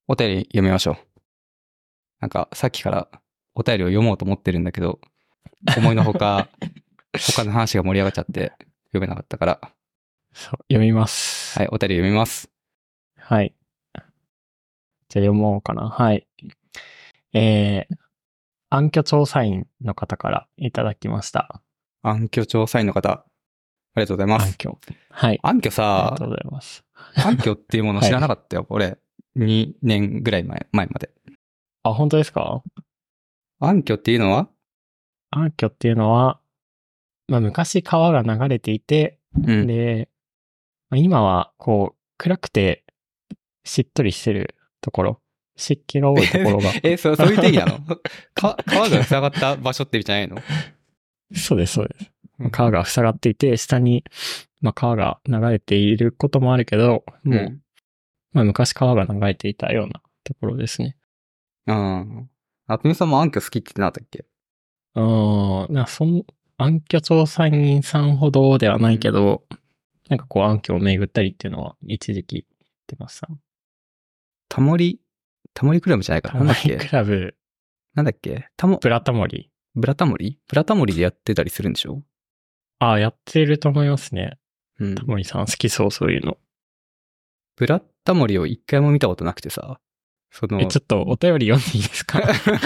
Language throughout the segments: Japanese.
お便り読みましょう。なんかさっきからお便りを読もうと思ってるんだけど、思いのほか他の話が盛り上がっちゃって読めなかったから。 そう、読みます。 はい、お便り読みます。 はい。じゃあ読もうかな。はい。暗渠調査員の方からいただきました。 暗渠調査員の方、ありがとうございます。 暗渠。はい。 暗渠さ、 ありがとうございます。 暗渠っていうもの知らなかったよ、俺。2年ぐらい前まで。 あ、本当ですか？ 暗渠っていうのは？ 暗渠っていうのは、まあ昔川が流れていて、で、まあ、今はこう暗くてしっとりしてるところ、湿気が多いところが。 そういう定義なの？川が塞がった場所って意味じゃないの？ そうです、そうです。川が塞がっていて、下に、まあ、川が流れていることもあるけど、もう、まあ、昔川が流れていたようなところですね。 あつみさんも暗渠好きって言ってなかったっけ？ 暗渠調査員さんほどではないけど、なんかこう暗渠を巡ったりっていうのは一時期言ってました。 タモリクラブじゃないか。 タモリクラブ。 なんだっけ？ ブラタモリ。 ブラタモリでやってたりするんでしょ？ ああ、やってると思いますね。 うん。 タモリさん好きそう、そういうの。 ブラタモリを一回も見たことなくてさ。 ちょっとお便り読んでいいですか？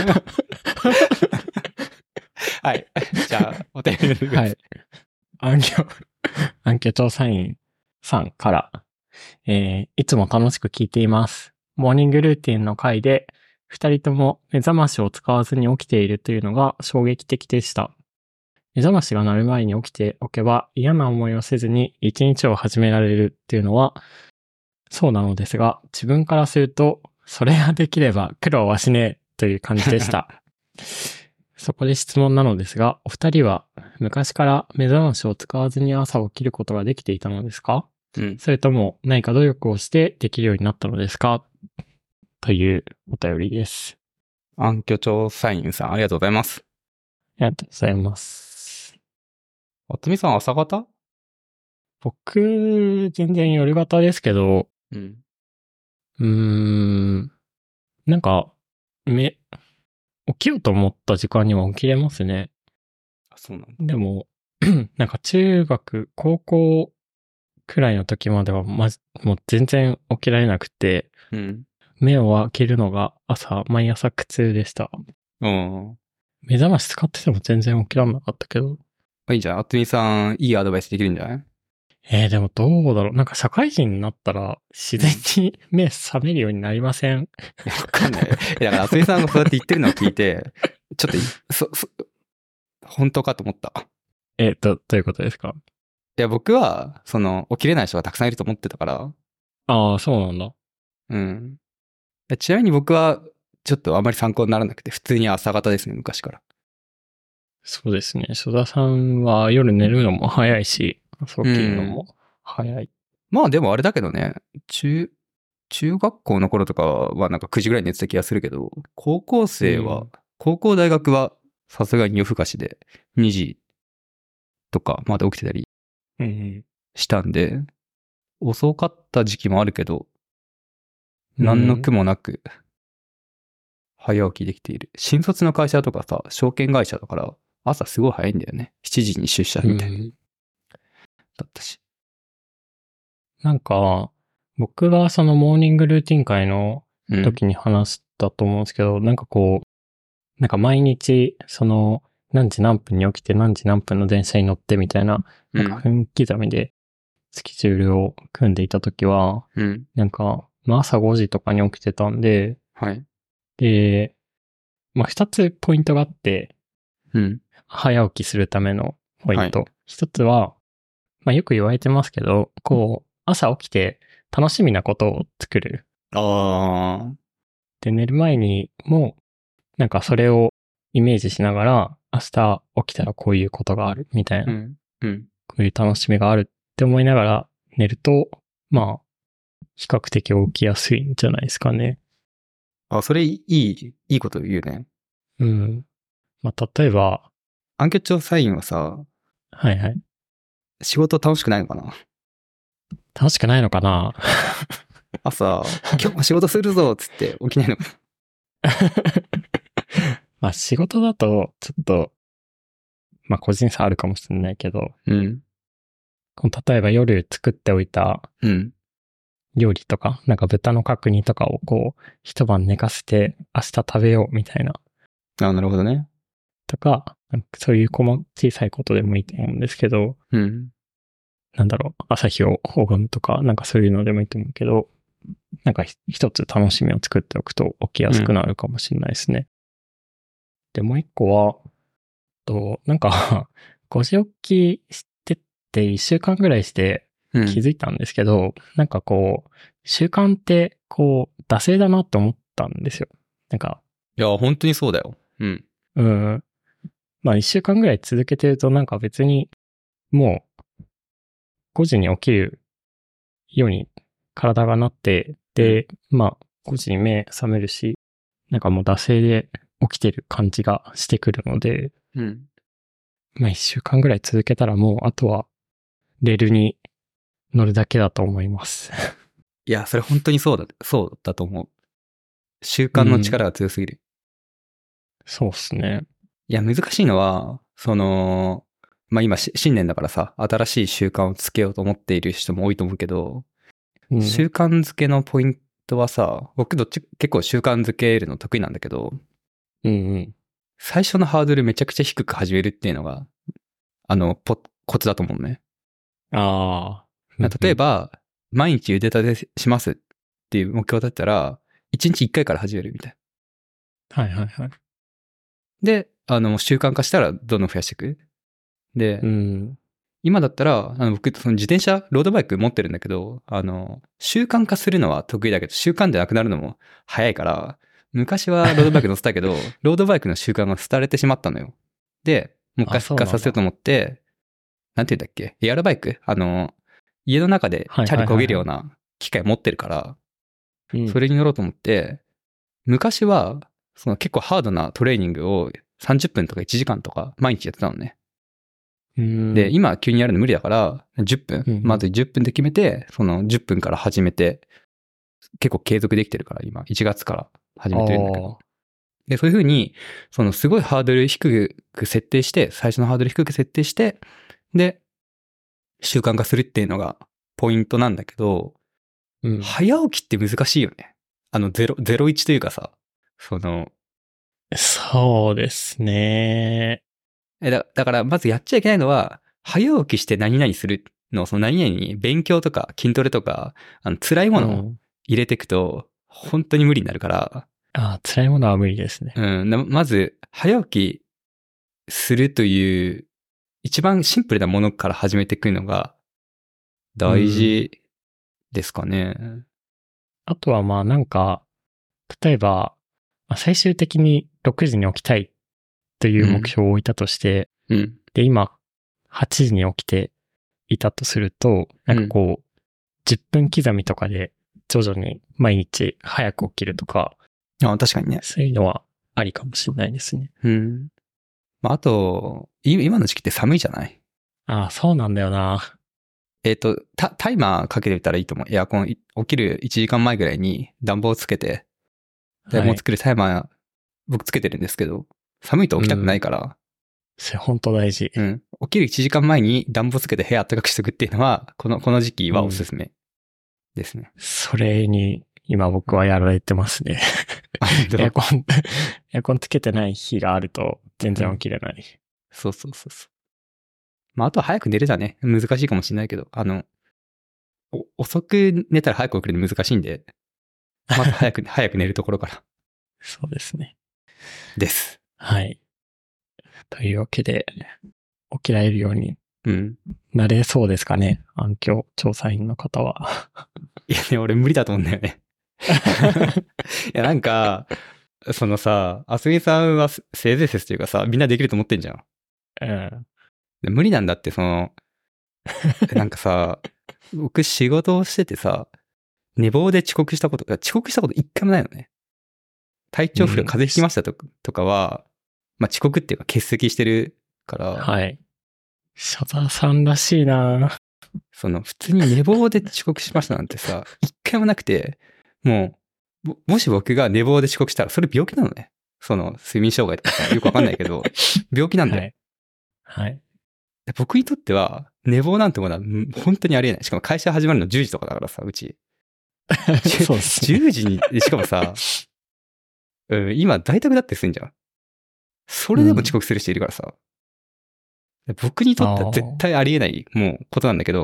はい。じゃあ、お便り読んでください。 はい。暗渠調査員さんから、いつも楽しく聞いています。モーニングルーティンの回で、二人とも目覚ましを使わずに起きているというのが衝撃的でした。目覚ましが鳴る前に起きておけば嫌な思いをせずに一日を始められるっていうのはそうなのですが、自分からすると、それができれば苦労はしねえという感じでした。そこで質問なのですが、お二人は昔から目覚ましを使わずに朝起きることができていたのですか？それとも何か努力をしてできるようになったのですか？というお便りです。 暗渠調査員さん、ありがとうございます。 ありがとうございます。 あつみさん朝方？ 僕、全然夜型ですけど、なんか、起きようと思った時間には起きれますね。 あ、そうなんだ。 でも、なんか中学、高校くらいの時まではもう全然起きられなくて、目を開けるのが毎朝苦痛でした。目覚まし使ってても全然起きられなかったけど。 いいじゃん。あつみさん、いいアドバイスできるんじゃない？ でもどうだろう。なんか社会人になったら自然に目覚めるようになりません？ わかんない。だからあつみさんがそうやって言ってるのを聞いて、ちょっと、本当かと思った。 どういうことですか？ いや、僕は、起きれない人がたくさんいると思ってたから。 ああ、そうなんだ。 ちなみに僕は、ちょっとあまり参考にならなくて、普通に朝方ですね、昔から。 そうですね。曽田さんは夜寝るのも早いし、朝起きるのも早い。 まあでもあれだけどね、中学校の頃とかはなんか9時ぐらいに寝てた気がするけど、高校大学はさすがに夜更かしで2時とかまで起きてたりしたんで、遅かった時期もあるけど、何の苦もなく早起きできている。新卒の会社とかさ、証券会社だから朝すごい早いんだよね。7時に出社みたいな。だったし。 なんか、僕がそのモーニングルーティン会の時に話したと思うんですけど、なんか毎日、何時何分に起きて何時何分の電車に乗ってみたいな、なんか分刻みでスケジュールを組んでいた時は、なんか、朝5時とかに起きてたんで、で、二つポイントがあって、早起きするためのポイント。一つは、よく言われてますけど、朝起きて楽しみなことを作る。で、寝る前にも、なんかそれをイメージしながら、明日起きたらこういうことがあるみたいな、こういう楽しみがあるって思いながら寝ると、比較的起きやすいんじゃないですかね。 それいいこと言うね。 例えば、 暗渠調査員はさ、仕事楽しくないのかな？ 楽しくないのかな？ 朝、今日も仕事するぞっつって起きないのか。 まあ仕事だと、ちょっと、まあ個人差あるかもしれないけど、 うん。 例えば夜作っておいたうん。 料理とか、なんか豚の角煮とかを一晩寝かせて明日食べようみたいな、 あ、なるほどね。 とか、なんかそういう小さいことでもいいと思うんですけど、 うん。 なんだろう、朝日を拝むとか、なんかそういうのでもいいと思うけど、なんか一つ楽しみを作っておくと起きやすくなるかもしれないですね。で、もう一個は、なんか5時起きしてって1週間ぐらいしてうん。 気づいたんですけど、なんか習慣って惰性だなって思ったんですよ。なんか、 いや、本当にそうだよ。うん。 うん。まあ1週間ぐらい続けてるとなんか別にもう5時に起きるように体がなって、で、まあ5時に目覚めるし、なんかもう惰性で起きてる感じがしてくるので、 うん。 まあ1週間ぐらい続けたらもうあとはレールに乗るだけだと思います。 いや、それ本当にそうだと思う。習慣のうん。 力が強すぎる。 そうっすね。 いや、難しいのは、まあ今新年だからさ、新しい習慣をつけようと思っている人も多いと思うけど、 うん。 習慣づけのポイントはさ、僕結構習慣づけるの得意なんだけど、 うんうん。 最初のハードルめちゃくちゃ低く始めるっていうのが、コツだと思うね。 ああ。 例えば、毎日茹でたてしますっていう目標だったら、1日1回から始めるみたいな。 はいはいはい。 で、習慣化したらどんどん増やしていく。で、 うん。 今だったら、僕、その自転車、ロードバイク持ってるんだけど、習慣化するのは得意だけど、習慣でなくなるのも早いから、昔はロードバイク乗せたけど、ロードバイクの習慣が廃れてしまったのよ。で、もう一回あ、 復そうなんだ。 活させようと思って、なんて言うんだっけ、エアロバイク家の中ではいチャリ漕はいはいはい。 げるような機械持ってるから、 うん。 それに乗ろうと思って、昔は、その結構ハードなトレーニングを30分とか1時間とか毎日やってたのね。 うん。 で、今急にやるの無理だから、10分。 うんうんまず10分で決めて、その10分から始めて、結構継続できてるから、今、1月から始めてるんだけど。 ああ。 で、そういうふうに、すごいハードル低く設定して、最初のハードル低く設定して、で、習慣化するっていうのがポイントなんだけど、 うん。 早起きって難しいよね。01というかさ、 そうですね。 だからまずやっちゃいけないのは、早起きして何々するの、その何々に勉強とか筋トレとか、辛いものをうん。 入れていくと、本当に無理になるから、 ああ、辛いものは無理ですね。 まず、早起きするという、一番シンプルなものから始めていくのが大うん。 事ですかね。 あとはまあなんか、例えば、最終的に6時に起きたいという目うん。 標を置いたとして、 うん。 で、今、8時に起きていたとすると、なんかうん。 10分刻みとかで徐々に毎日早く起きるとか、 あ、確かにね。 そういうのはありかもしれないですね。 うん。まあ、あと、今の時期って寒いじゃない？ ああ、そうなんだよな。 タイマーかけてたらいいと思う。エアコン起きる1時間前ぐらいに暖房つけて、 はい。 もう作るタイマー、僕つけてるんですけど、寒いと起きたくないから、 それ本当大事。 うん。起きる1時間前に暖房つけて部屋暖かくしておくっていうのは、この時期はおすうん。 すめですね。 それに、今僕はやられてますね。 あ、本当。 エアコン、エアコンつけてない日があると全然起うん。 きれない。 そうそうそうそう。まあ、あとは早く寝るだね。難しいかもしれないけど、遅く寝たら早く起きるの難しいんで、まず早く寝るところからそうですね。 です。 はい。というわけで、起きられるようにうん。 なれそうですかね。暗渠調査員の方は。 いやね、俺無理だと思うんだよね。いや、なんか、そのさ、あすみさんはせいぜい説というかさ、みんなできると思ってんじゃん。 うん。 で無理なんだって、なんかさ、僕仕事をしててさ、寝坊で遅刻したこと一回もないのね。体調不良、 うん。 風邪ひきましたとかは、まあ遅刻っていうか欠席してるから、 はい。所沢さんらしいな。 普通に寝坊で遅刻しましたなんてさ、一回もなくて、ももし僕が寝坊で遅刻したら、それ病気なのね。睡眠障害とかさ、よくわかんないけど、病気なんだよ。 はい。はい。 僕にとっては、寝坊なんてものは本当にありえない。しかも会社始まるの10時とかだからさ、うち。 そうですね。 10時に、しかもさ、今在宅だってすんじゃん。それでも遅刻する人いるからさ。僕にとっては絶対ありえない、もう、ことなんだけど。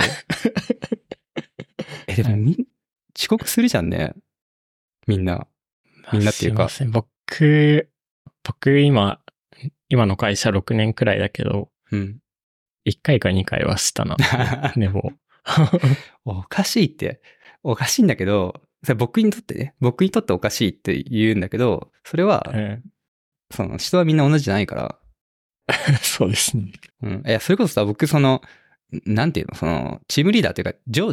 でも遅刻するじゃんね。みんなっていうか。 すいません。僕今の会社6年くらいだけど、 うん。 1回か2回はしたな。寝坊。 おかしいんだけど、それ僕にとっておかしいって言うんだけど、それは、人はみんな同じじゃないから。 そうですね。 うん。いや、それこそさ、僕なんていうの、チームリーダーっていうか、上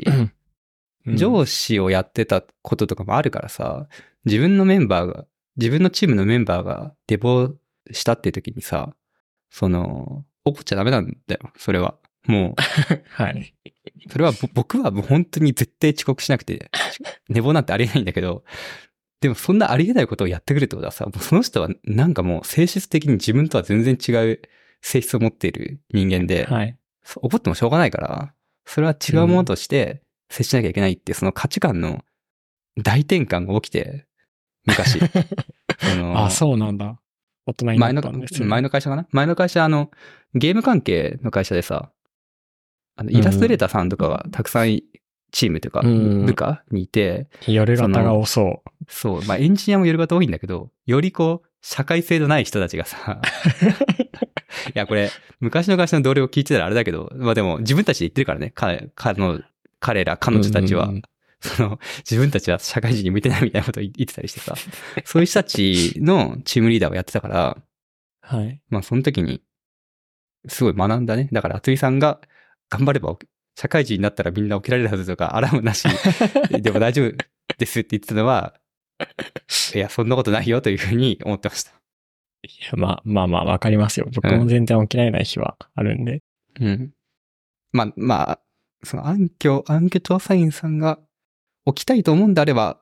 司をやってたこととかもあるからさ、自分のチームのメンバーが寝坊したっていう時にさ、怒っちゃダメなんだよ、それは。もう。 はい。 それは僕はもう本当に絶対遅刻しなくて、寝坊なんてありえないんだけど、でもそんなありえないことをやってくるってことはさ、その人はなんかもう性質的に自分とは全然違う性質を持っている人間で、 はい、 怒ってもしょうがないから、それは違うものとして接しなきゃいけないって、その価値観の大転換が起きて、昔。 あ、そうなんだ。大人になったんですよ、ね。 前の会社かな？前の会社、ゲーム関係の会社でさ、イラストレーターさんとかがたくさんチームというか、部下にいて、 夜型が多そう。 そう。まあ、エンジニアも夜型多いんだけど、より社会性のない人たちがさ、いや、これ、昔の会社の同僚を聞いてたらあれだけど、まあでも、自分たちで言ってるからね、彼女たちは、自分たちは社会人に向いてないみたいなことを言ってたりしてさ、そういう人たちのチームリーダーをやってたから、 はい。 まあ、その時に、すごい学んだね。だから、厚井さんが頑張れば、社会人になったらみんな起きられるはずとか、アラームなしでも大丈夫ですって言ってたのは、いや、そんなことないよというふうに思ってました。 いや、まあ、わかりますよ。僕も全然起きられない日はあるんで。 うん。まあ、暗渠調査員さんが起きたいと思うんであれば、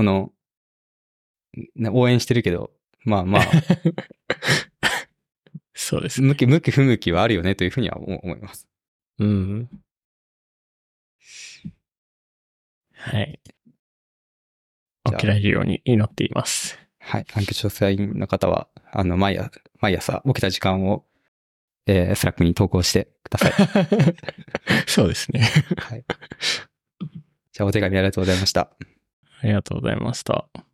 応援してるけど、まあ。 そうですね。 向き不向きはあるよねというふうには思います。 うん。はい。起きられるように祈っています。 はい。暗渠調査員の方は、毎朝起きた時間を、スラックに投稿してください。 そうですね。 はい。じゃあ、お手紙ありがとうございました。 ありがとうございました。